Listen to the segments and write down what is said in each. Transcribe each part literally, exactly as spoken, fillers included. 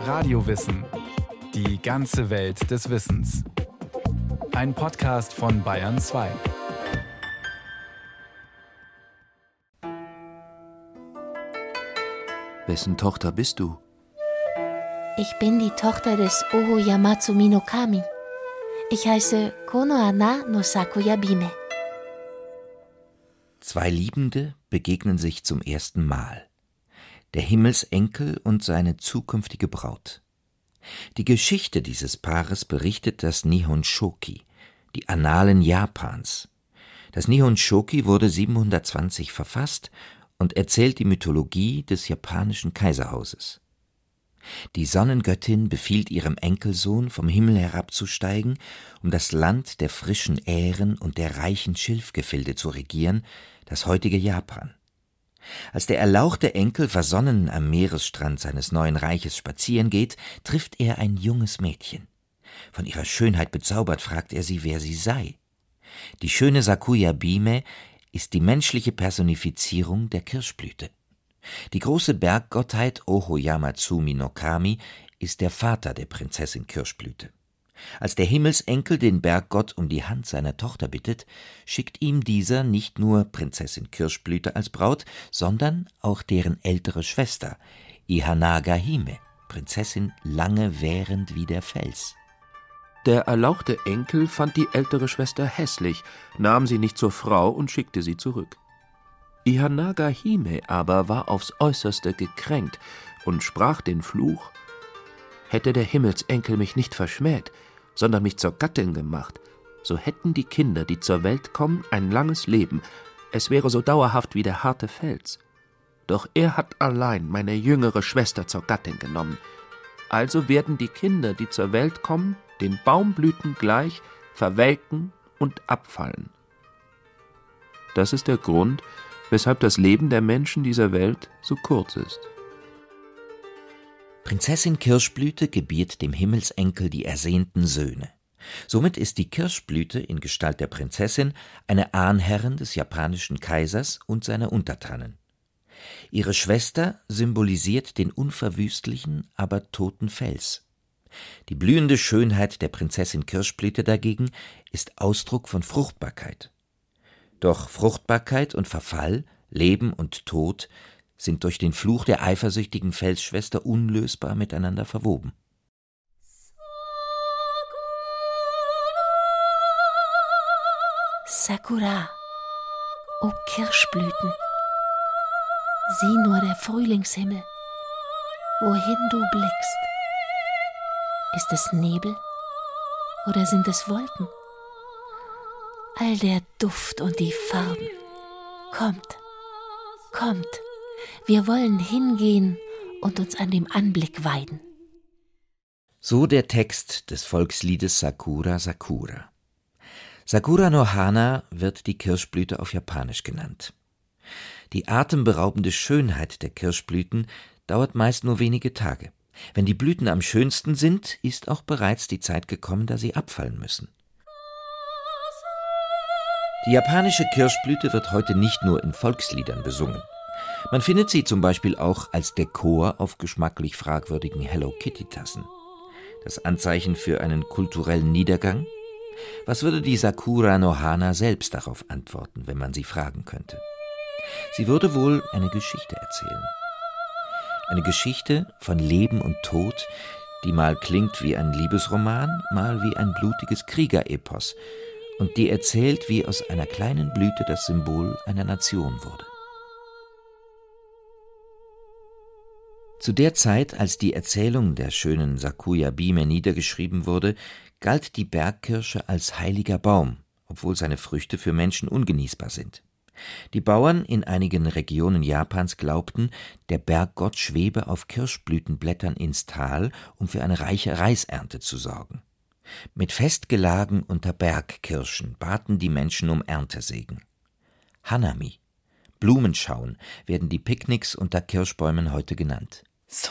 Radiowissen. Die ganze Welt des Wissens. Ein Podcast von Bayern zwei. Wessen Tochter bist du? Ich bin die Tochter des Oho Yamatsumi no Kami. Ich heiße Kono Ana no Sakuya Bime. Zwei Liebende begegnen sich zum ersten Mal. Der Himmelsenkel und seine zukünftige Braut. Die Geschichte dieses Paares berichtet das Nihon Shoki, die Annalen Japans. Das Nihon Shoki wurde siebenhundertzwanzig verfasst und erzählt die Mythologie des japanischen Kaiserhauses. Die Sonnengöttin befiehlt ihrem Enkelsohn, vom Himmel herabzusteigen, um das Land der frischen Ähren und der reichen Schilfgefilde zu regieren, das heutige Japan. Als der erlauchte Enkel versonnen am Meeresstrand seines neuen Reiches spazieren geht, trifft er ein junges Mädchen. Von ihrer Schönheit bezaubert fragt er sie, wer sie sei. Die schöne Sakuya Bime ist die menschliche Personifizierung der Kirschblüte. Die große Berggottheit Oho Yamatsumi no Kami ist der Vater der Prinzessin Kirschblüte. Als der Himmelsenkel den Berggott um die Hand seiner Tochter bittet, schickt ihm dieser nicht nur Prinzessin Kirschblüte als Braut, sondern auch deren ältere Schwester, Ihanaga Hime, Prinzessin lange während wie der Fels. Der erlauchte Enkel fand die ältere Schwester hässlich, nahm sie nicht zur Frau und schickte sie zurück. Ihanaga Hime aber war aufs Äußerste gekränkt und sprach den Fluch: Hätte der Himmelsenkel mich nicht verschmäht, sondern mich zur Gattin gemacht, so hätten die Kinder, die zur Welt kommen, ein langes Leben, es wäre so dauerhaft wie der harte Fels. Doch er hat allein meine jüngere Schwester zur Gattin genommen. Also werden die Kinder, die zur Welt kommen, den Baumblüten gleich verwelken und abfallen. Das ist der Grund, weshalb das Leben der Menschen dieser Welt so kurz ist. Prinzessin Kirschblüte gebiert dem Himmelsenkel die ersehnten Söhne. Somit ist die Kirschblüte in Gestalt der Prinzessin eine Ahnherrin des japanischen Kaisers und seiner Untertanen. Ihre Schwester symbolisiert den unverwüstlichen, aber toten Fels. Die blühende Schönheit der Prinzessin Kirschblüte dagegen ist Ausdruck von Fruchtbarkeit. Doch Fruchtbarkeit und Verfall, Leben und Tod sind durch den Fluch der eifersüchtigen Felsschwester unlösbar miteinander verwoben. Sakura, o Kirschblüten, sieh nur der Frühlingshimmel, wohin du blickst. Ist es Nebel oder sind es Wolken? All der Duft und die Farben. Kommt, kommt, wir wollen hingehen und uns an dem Anblick weiden. So der Text des Volksliedes Sakura Sakura. Sakura no Hana wird die Kirschblüte auf Japanisch genannt. Die atemberaubende Schönheit der Kirschblüten dauert meist nur wenige Tage. Wenn die Blüten am schönsten sind, ist auch bereits die Zeit gekommen, da sie abfallen müssen. Die japanische Kirschblüte wird heute nicht nur in Volksliedern besungen. Man findet sie zum Beispiel auch als Dekor auf geschmacklich fragwürdigen Hello-Kitty-Tassen. Das Anzeichen für einen kulturellen Niedergang? Was würde die Sakura no Hana selbst darauf antworten, wenn man sie fragen könnte? Sie würde wohl eine Geschichte erzählen. Eine Geschichte von Leben und Tod, die mal klingt wie ein Liebesroman, mal wie ein blutiges Kriegerepos und die erzählt, wie aus einer kleinen Blüte das Symbol einer Nation wurde. Zu der Zeit, als die Erzählung der schönen Sakuya Bime niedergeschrieben wurde, galt die Bergkirsche als heiliger Baum, obwohl seine Früchte für Menschen ungenießbar sind. Die Bauern in einigen Regionen Japans glaubten, der Berggott schwebe auf Kirschblütenblättern ins Tal, um für eine reiche Reisernte zu sorgen. Mit Festgelagen unter Bergkirschen baten die Menschen um Erntesegen. Hanami, Blumenschauen, werden die Picknicks unter Kirschbäumen heute genannt.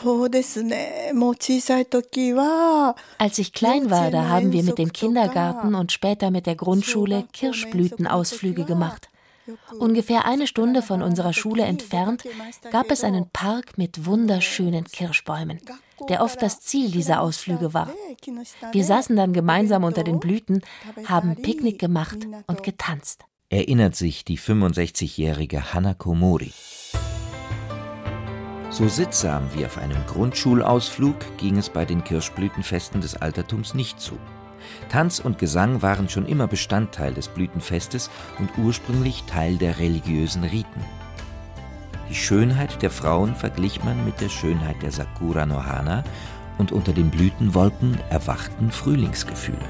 Als ich klein war, da haben wir mit dem Kindergarten und später mit der Grundschule Kirschblütenausflüge gemacht. Ungefähr eine Stunde von unserer Schule entfernt gab es einen Park mit wunderschönen Kirschbäumen, der oft das Ziel dieser Ausflüge war. Wir saßen dann gemeinsam unter den Blüten, haben Picknick gemacht und getanzt. Erinnert sich die fünfundsechzigjährige Hanako Mori. So sittsam wie auf einem Grundschulausflug ging es bei den Kirschblütenfesten des Altertums nicht zu. Tanz und Gesang waren schon immer Bestandteil des Blütenfestes und ursprünglich Teil der religiösen Riten. Die Schönheit der Frauen verglich man mit der Schönheit der Sakura no Hana und unter den Blütenwolken erwachten Frühlingsgefühle.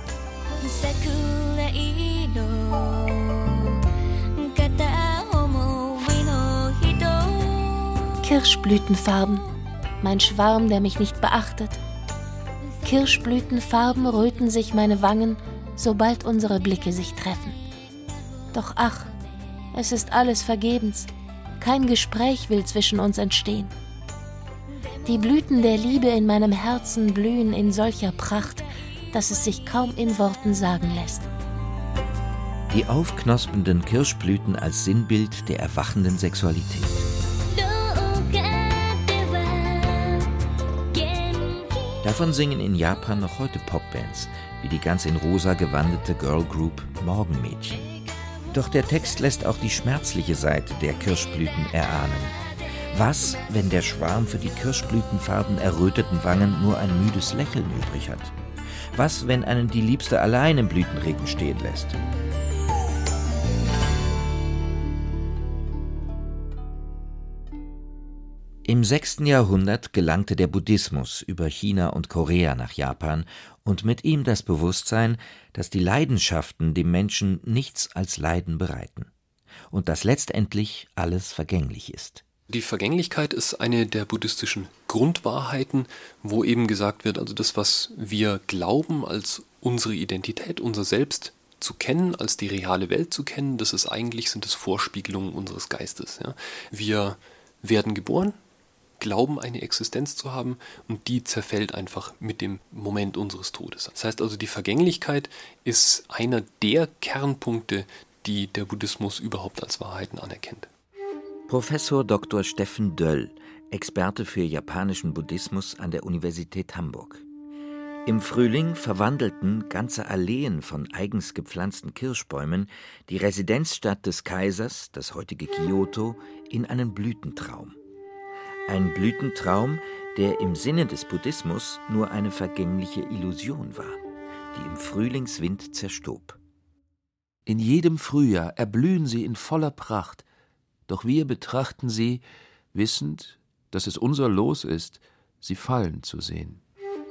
Kirschblütenfarben, mein Schwarm, der mich nicht beachtet. Kirschblütenfarben röten sich meine Wangen, sobald unsere Blicke sich treffen. Doch ach, es ist alles vergebens. Kein Gespräch will zwischen uns entstehen. Die Blüten der Liebe in meinem Herzen blühen in solcher Pracht, dass es sich kaum in Worten sagen lässt. Die aufknospenden Kirschblüten als Sinnbild der erwachenden Sexualität. Davon singen in Japan noch heute Popbands, wie die ganz in rosa gewandete Girlgroup Morgenmädchen. Doch der Text lässt auch die schmerzliche Seite der Kirschblüten erahnen. Was, wenn der Schwarm für die Kirschblütenfarben erröteten Wangen nur ein müdes Lächeln übrig hat? Was, wenn einen die Liebste allein im Blütenregen stehen lässt? Im sechsten Jahrhundert gelangte der Buddhismus über China und Korea nach Japan und mit ihm das Bewusstsein, dass die Leidenschaften dem Menschen nichts als Leiden bereiten und dass letztendlich alles vergänglich ist. Die Vergänglichkeit ist eine der buddhistischen Grundwahrheiten, wo eben gesagt wird, also das, was wir glauben als unsere Identität, unser Selbst zu kennen, als die reale Welt zu kennen, das ist eigentlich, sind es Vorspiegelungen unseres Geistes. Ja. Wir werden geboren, glauben, eine Existenz zu haben und die zerfällt einfach mit dem Moment unseres Todes. Das heißt also, die Vergänglichkeit ist einer der Kernpunkte, die der Buddhismus überhaupt als Wahrheiten anerkennt. Professor Doktor Steffen Döll, Experte für japanischen Buddhismus an der Universität Hamburg. Im Frühling verwandelten ganze Alleen von eigens gepflanzten Kirschbäumen die Residenzstadt des Kaisers, das heutige Kyoto, in einen Blütentraum. Ein Blütentraum, der im Sinne des Buddhismus nur eine vergängliche Illusion war, die im Frühlingswind zerstob. In jedem Frühjahr erblühen sie in voller Pracht, doch wir betrachten sie, wissend, dass es unser Los ist, sie fallen zu sehen.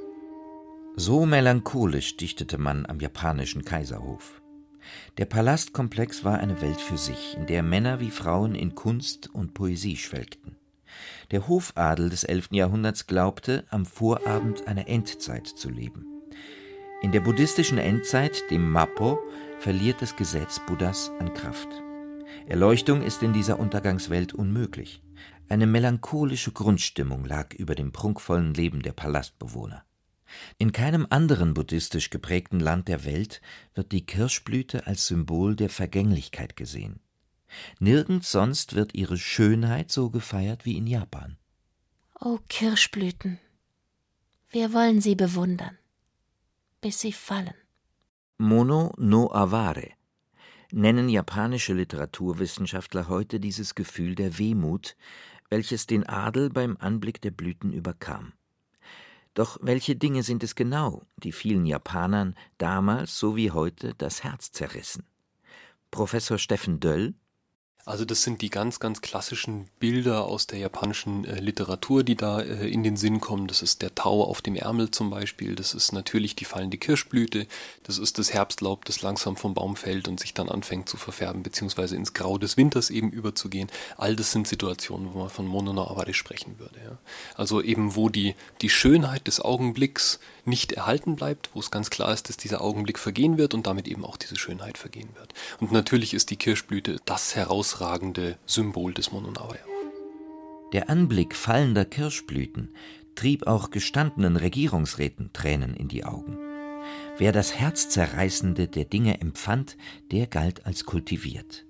So melancholisch dichtete man am japanischen Kaiserhof. Der Palastkomplex war eine Welt für sich, in der Männer wie Frauen in Kunst und Poesie schwelgten. Der Hofadel des elften Jahrhunderts glaubte, am Vorabend einer Endzeit zu leben. In der buddhistischen Endzeit, dem Mappo, verliert das Gesetz Buddhas an Kraft. Erleuchtung ist in dieser Untergangswelt unmöglich. Eine melancholische Grundstimmung lag über dem prunkvollen Leben der Palastbewohner. In keinem anderen buddhistisch geprägten Land der Welt wird die Kirschblüte als Symbol der Vergänglichkeit gesehen. Nirgends sonst wird ihre Schönheit so gefeiert wie in Japan. Oh Kirschblüten, wir wollen sie bewundern, bis sie fallen. Mono no aware nennen japanische Literaturwissenschaftler heute dieses Gefühl der Wehmut, welches den Adel beim Anblick der Blüten überkam. Doch welche Dinge sind es genau, die vielen Japanern damals so wie heute das Herz zerrissen? Professor Steffen Döll: Also das sind die ganz, ganz klassischen Bilder aus der japanischen äh, Literatur, die da äh, in den Sinn kommen. Das ist der Tau auf dem Ärmel zum Beispiel, das ist natürlich die fallende Kirschblüte, das ist das Herbstlaub, das langsam vom Baum fällt und sich dann anfängt zu verfärben, beziehungsweise ins Grau des Winters eben überzugehen. All das sind Situationen, wo man von Mono no aware sprechen würde. Ja. Also eben, wo die, die Schönheit des Augenblicks nicht erhalten bleibt, wo es ganz klar ist, dass dieser Augenblick vergehen wird und damit eben auch diese Schönheit vergehen wird. Und natürlich ist die Kirschblüte das herausragende Symbol des Mono no aware. Der Anblick fallender Kirschblüten trieb auch gestandenen Regierungsräten Tränen in die Augen. Wer das Herzzerreißende der Dinge empfand, der galt als kultiviert.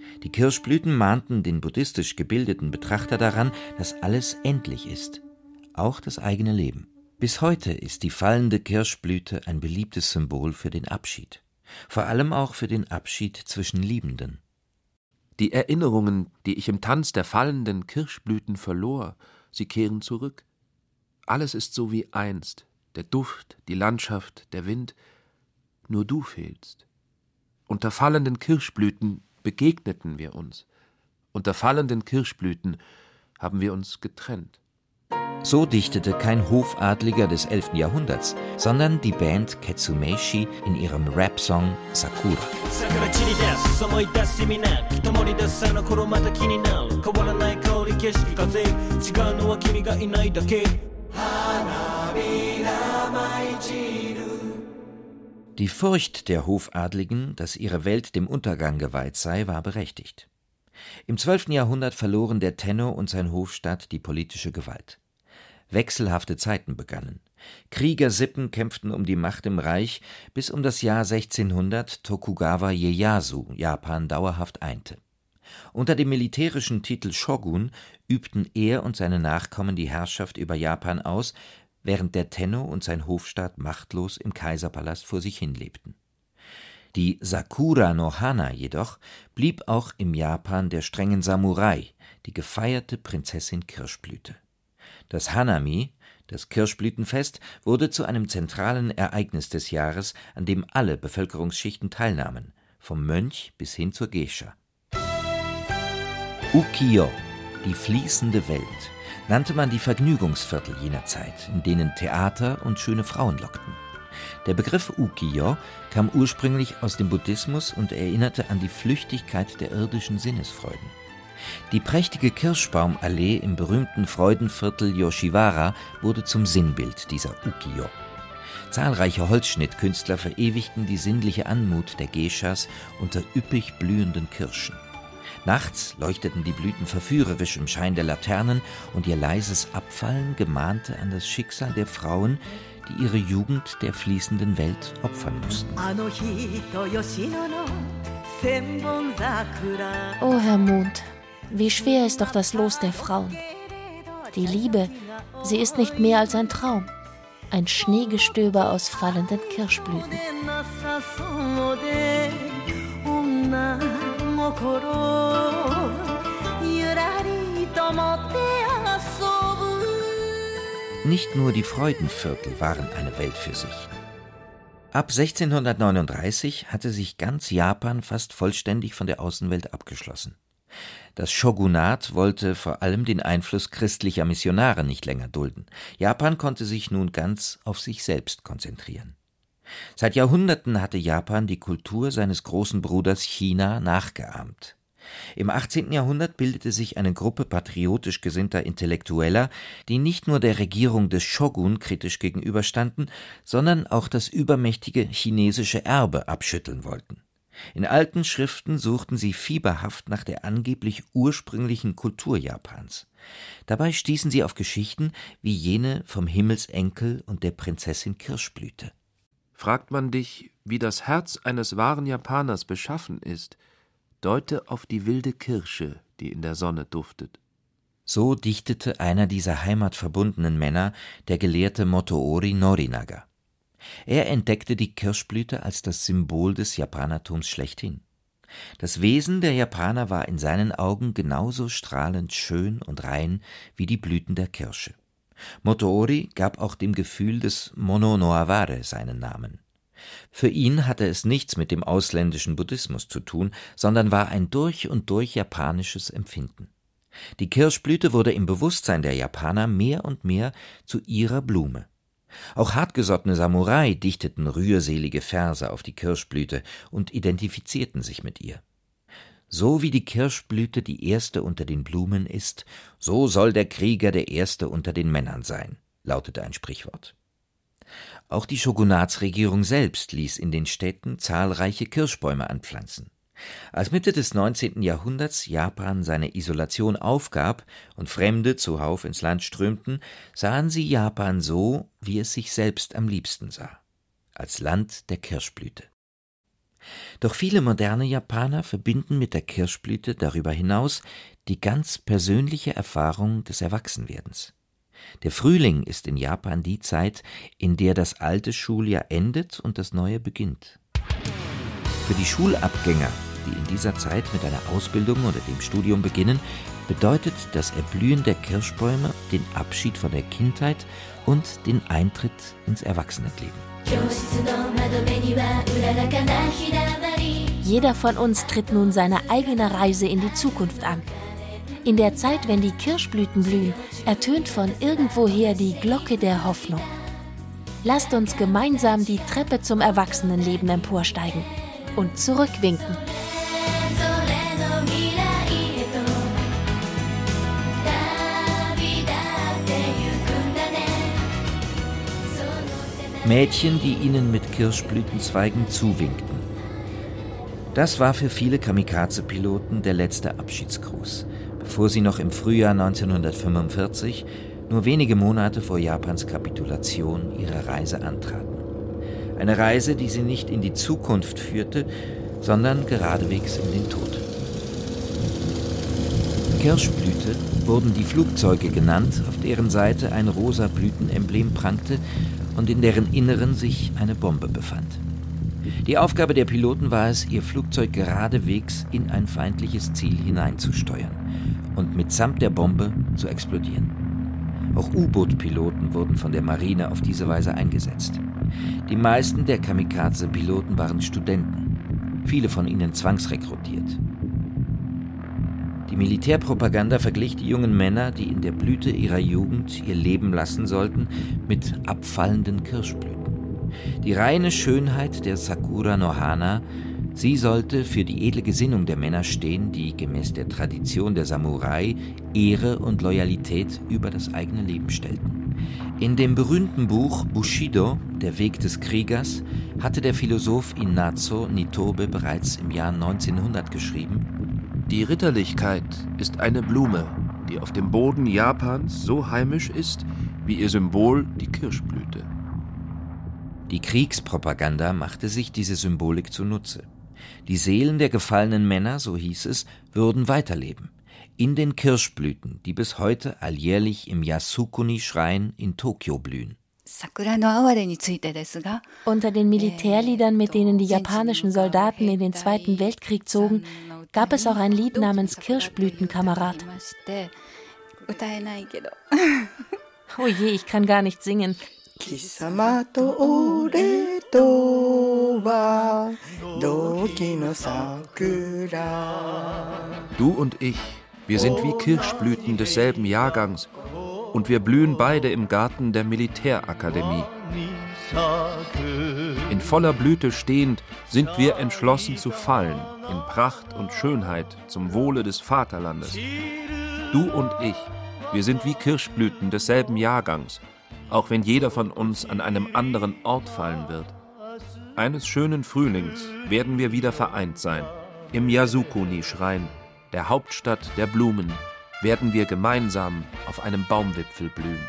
Die Kirschblüten mahnten den buddhistisch gebildeten Betrachter daran, dass alles endlich ist, auch das eigene Leben. Bis heute ist die fallende Kirschblüte ein beliebtes Symbol für den Abschied, vor allem auch für den Abschied zwischen Liebenden. Die Erinnerungen, die ich im Tanz der fallenden Kirschblüten verlor, sie kehren zurück. Alles ist so wie einst, der Duft, die Landschaft, der Wind. Nur du fehlst. Unter fallenden Kirschblüten begegneten wir uns. Unter fallenden Kirschblüten haben wir uns getrennt. So dichtete kein Hofadliger des elften Jahrhunderts, sondern die Band Ketsumeshi in ihrem Rap-Song Sakura. Die Furcht der Hofadligen, dass ihre Welt dem Untergang geweiht sei, war berechtigt. Im zwölften Jahrhundert verloren der Tenno und sein Hofstaat die politische Gewalt. Wechselhafte Zeiten begannen. Kriegersippen kämpften um die Macht im Reich, bis um das Jahr sechzehnhundert Tokugawa Ieyasu Japan dauerhaft einte. Unter dem militärischen Titel Shogun übten er und seine Nachkommen die Herrschaft über Japan aus, während der Tenno und sein Hofstaat machtlos im Kaiserpalast vor sich hin lebten. Die Sakura no Hana jedoch blieb auch im Japan der strengen Samurai, die gefeierte Prinzessin Kirschblüte. Das Hanami, das Kirschblütenfest, wurde zu einem zentralen Ereignis des Jahres, an dem alle Bevölkerungsschichten teilnahmen, vom Mönch bis hin zur Geisha. Ukiyo, die fließende Welt, nannte man die Vergnügungsviertel jener Zeit, in denen Theater und schöne Frauen lockten. Der Begriff Ukiyo kam ursprünglich aus dem Buddhismus und erinnerte an die Flüchtigkeit der irdischen Sinnesfreuden. Die prächtige Kirschbaumallee im berühmten Freudenviertel Yoshiwara wurde zum Sinnbild dieser Ukiyo. Zahlreiche Holzschnittkünstler verewigten die sinnliche Anmut der Geishas unter üppig blühenden Kirschen. Nachts leuchteten die Blüten verführerisch im Schein der Laternen und ihr leises Abfallen gemahnte an das Schicksal der Frauen, die ihre Jugend der fließenden Welt opfern mussten. Oh, Herr Mond, wie schwer ist doch das Los der Frauen. Die Liebe, sie ist nicht mehr als ein Traum, ein Schneegestöber aus fallenden Kirschblüten. Nicht nur die Freudenviertel waren eine Welt für sich. Ab sechzehnhundertneununddreißig hatte sich ganz Japan fast vollständig von der Außenwelt abgeschlossen. Das Shogunat wollte vor allem den Einfluss christlicher Missionare nicht länger dulden. Japan konnte sich nun ganz auf sich selbst konzentrieren. Seit Jahrhunderten hatte Japan die Kultur seines großen Bruders China nachgeahmt. Im achtzehnten Jahrhundert bildete sich eine Gruppe patriotisch gesinnter Intellektueller, die nicht nur der Regierung des Shogun kritisch gegenüberstanden, sondern auch das übermächtige chinesische Erbe abschütteln wollten. In alten Schriften suchten sie fieberhaft nach der angeblich ursprünglichen Kultur Japans. Dabei stießen sie auf Geschichten wie jene vom Himmelsenkel und der Prinzessin Kirschblüte. Fragt man dich, wie das Herz eines wahren Japaners beschaffen ist, deute auf die wilde Kirsche, die in der Sonne duftet. So dichtete einer dieser heimatverbundenen Männer, der Gelehrte Motoori Norinaga. Er entdeckte die Kirschblüte als das Symbol des Japanertums schlechthin. Das Wesen der Japaner war in seinen Augen genauso strahlend schön und rein wie die Blüten der Kirsche. Motoori gab auch dem Gefühl des Mono no Aware seinen Namen. Für ihn hatte es nichts mit dem ausländischen Buddhismus zu tun, sondern war ein durch und durch japanisches Empfinden. Die Kirschblüte wurde im Bewusstsein der Japaner mehr und mehr zu ihrer Blume. Auch hartgesottene Samurai dichteten rührselige Verse auf die Kirschblüte und identifizierten sich mit ihr. So wie die Kirschblüte die erste unter den Blumen ist, so soll der Krieger der erste unter den Männern sein, lautete ein Sprichwort. Auch die Shogunatsregierung selbst ließ in den Städten zahlreiche Kirschbäume anpflanzen. Als Mitte des neunzehnten Jahrhunderts Japan seine Isolation aufgab und Fremde zuhauf ins Land strömten, sahen sie Japan so, wie es sich selbst am liebsten sah, als Land der Kirschblüte. Doch viele moderne Japaner verbinden mit der Kirschblüte darüber hinaus die ganz persönliche Erfahrung des Erwachsenwerdens. Der Frühling ist in Japan die Zeit, in der das alte Schuljahr endet und das neue beginnt. Für die Schulabgänger, die in dieser Zeit mit einer Ausbildung oder dem Studium beginnen, bedeutet das Erblühen der Kirschbäume den Abschied von der Kindheit und den Eintritt ins Erwachsenenleben. Jeder von uns tritt nun seine eigene Reise in die Zukunft an. In der Zeit, wenn die Kirschblüten blühen, ertönt von irgendwoher die Glocke der Hoffnung. Lasst uns gemeinsam die Treppe zum Erwachsenenleben emporsteigen und zurückwinken. Mädchen, die ihnen mit Kirschblütenzweigen zuwinkten. Das war für viele Kamikaze-Piloten der letzte Abschiedsgruß, bevor sie noch im Frühjahr neunzehnhundertfünfundvierzig, nur wenige Monate vor Japans Kapitulation, ihre Reise antraten. Eine Reise, die sie nicht in die Zukunft führte, sondern geradewegs in den Tod. Kirschblüte wurden die Flugzeuge genannt, auf deren Seite ein rosa Blütenemblem prangte und in deren Inneren sich eine Bombe befand. Die Aufgabe der Piloten war es, ihr Flugzeug geradewegs in ein feindliches Ziel hineinzusteuern und mitsamt der Bombe zu explodieren. Auch U-Boot-Piloten wurden von der Marine auf diese Weise eingesetzt. Die meisten der Kamikaze-Piloten waren Studenten, viele von ihnen zwangsrekrutiert. Die Militärpropaganda verglich die jungen Männer, die in der Blüte ihrer Jugend ihr Leben lassen sollten, mit abfallenden Kirschblüten. Die reine Schönheit der Sakura no Hana, sie sollte für die edle Gesinnung der Männer stehen, die gemäß der Tradition der Samurai Ehre und Loyalität über das eigene Leben stellten. In dem berühmten Buch Bushido, der Weg des Kriegers, hatte der Philosoph Inazo Nitobe bereits im Jahr neunzehnhundert geschrieben: Die Ritterlichkeit ist eine Blume, die auf dem Boden Japans so heimisch ist, wie ihr Symbol die Kirschblüte. Die Kriegspropaganda machte sich diese Symbolik zunutze. Die Seelen der gefallenen Männer, so hieß es, würden weiterleben. In den Kirschblüten, die bis heute alljährlich im Yasukuni-Schrein in Tokio blühen. Unter den Militärliedern, mit denen die japanischen Soldaten in den Zweiten Weltkrieg zogen, gab es auch ein Lied namens Kirschblütenkamerad. Oh je, ich kann gar nicht singen. Du und ich, wir sind wie Kirschblüten desselben Jahrgangs und wir blühen beide im Garten der Militärakademie. In voller Blüte stehend sind wir entschlossen zu fallen, in Pracht und Schönheit zum Wohle des Vaterlandes. Du und ich, wir sind wie Kirschblüten desselben Jahrgangs, auch wenn jeder von uns an einem anderen Ort fallen wird. Eines schönen Frühlings werden wir wieder vereint sein. Im Yasukuni-Schrein, der Hauptstadt der Blumen, werden wir gemeinsam auf einem Baumwipfel blühen.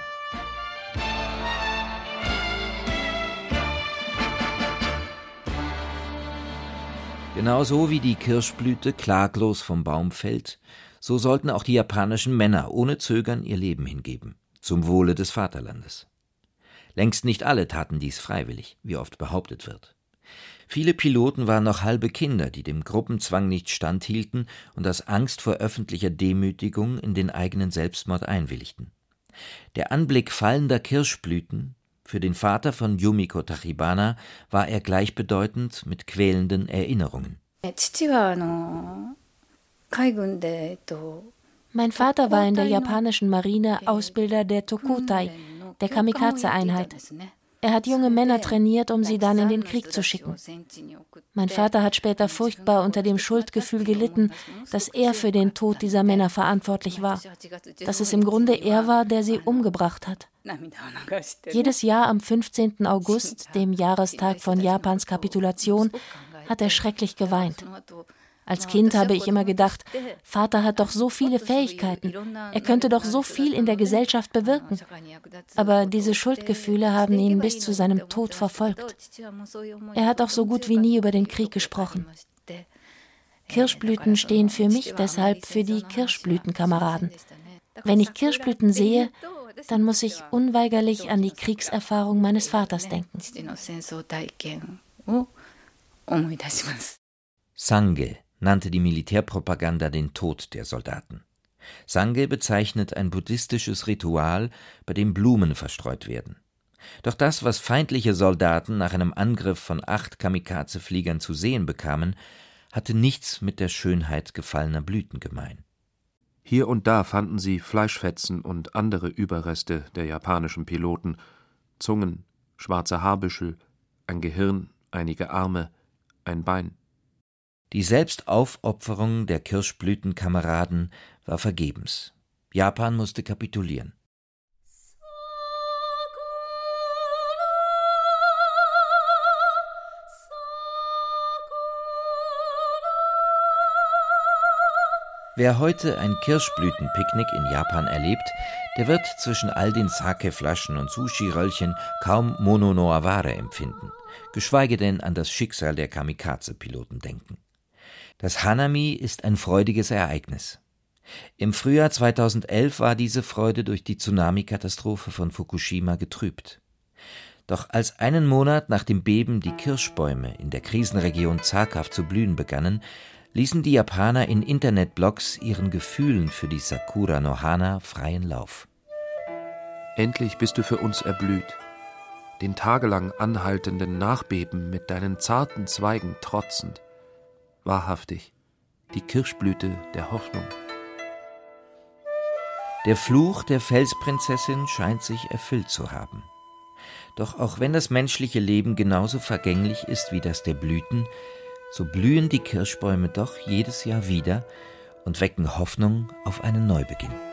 Genauso wie die Kirschblüte klaglos vom Baum fällt, so sollten auch die japanischen Männer ohne Zögern ihr Leben hingeben, zum Wohle des Vaterlandes. Längst nicht alle taten dies freiwillig, wie oft behauptet wird. Viele Piloten waren noch halbe Kinder, die dem Gruppenzwang nicht standhielten und aus Angst vor öffentlicher Demütigung in den eigenen Selbstmord einwilligten. Der Anblick fallender Kirschblüten, für den Vater von Yumiko Tachibana, war er gleichbedeutend mit quälenden Erinnerungen. Mein Vater war in der japanischen Marine Ausbilder der Tokutai, der Kamikaze-Einheit. Er hat junge Männer trainiert, um sie dann in den Krieg zu schicken. Mein Vater hat später furchtbar unter dem Schuldgefühl gelitten, dass er für den Tod dieser Männer verantwortlich war, dass es im Grunde er war, der sie umgebracht hat. Jedes Jahr am fünfzehnten August, dem Jahrestag von Japans Kapitulation, hat er schrecklich geweint. Als Kind habe ich immer gedacht, Vater hat doch so viele Fähigkeiten, er könnte doch so viel in der Gesellschaft bewirken. Aber diese Schuldgefühle haben ihn bis zu seinem Tod verfolgt. Er hat auch so gut wie nie über den Krieg gesprochen. Kirschblüten stehen für mich deshalb für die Kirschblütenkameraden. Wenn ich Kirschblüten sehe, dann muss ich unweigerlich an die Kriegserfahrung meines Vaters denken. Sangye nannte die Militärpropaganda den Tod der Soldaten. Sangye bezeichnet ein buddhistisches Ritual, bei dem Blumen verstreut werden. Doch das, was feindliche Soldaten nach einem Angriff von acht Kamikaze-Fliegern zu sehen bekamen, hatte nichts mit der Schönheit gefallener Blüten gemein. Hier und da fanden sie Fleischfetzen und andere Überreste der japanischen Piloten, Zungen, schwarze Haarbüschel, ein Gehirn, einige Arme, ein Bein. Die Selbstaufopferung der Kirschblütenkameraden war vergebens. Japan musste kapitulieren. Wer heute ein Kirschblütenpicknick in Japan erlebt, der wird zwischen all den Sake-Flaschen und Sushi-Röllchen kaum Mono no Aware empfinden, geschweige denn an das Schicksal der Kamikaze-Piloten denken. Das Hanami ist ein freudiges Ereignis. Im Frühjahr zweitausendelf war diese Freude durch die Tsunami-Katastrophe von Fukushima getrübt. Doch als einen Monat nach dem Beben die Kirschbäume in der Krisenregion zaghaft zu blühen begannen, ließen die Japaner in Internetblogs ihren Gefühlen für die Sakura no Hana freien Lauf. Endlich bist du für uns erblüht, den tagelang anhaltenden Nachbeben mit deinen zarten Zweigen trotzend. Wahrhaftig, die Kirschblüte der Hoffnung. Der Fluch der Felsprinzessin scheint sich erfüllt zu haben. Doch auch wenn das menschliche Leben genauso vergänglich ist wie das der Blüten, so blühen die Kirschbäume doch jedes Jahr wieder und wecken Hoffnung auf einen Neubeginn.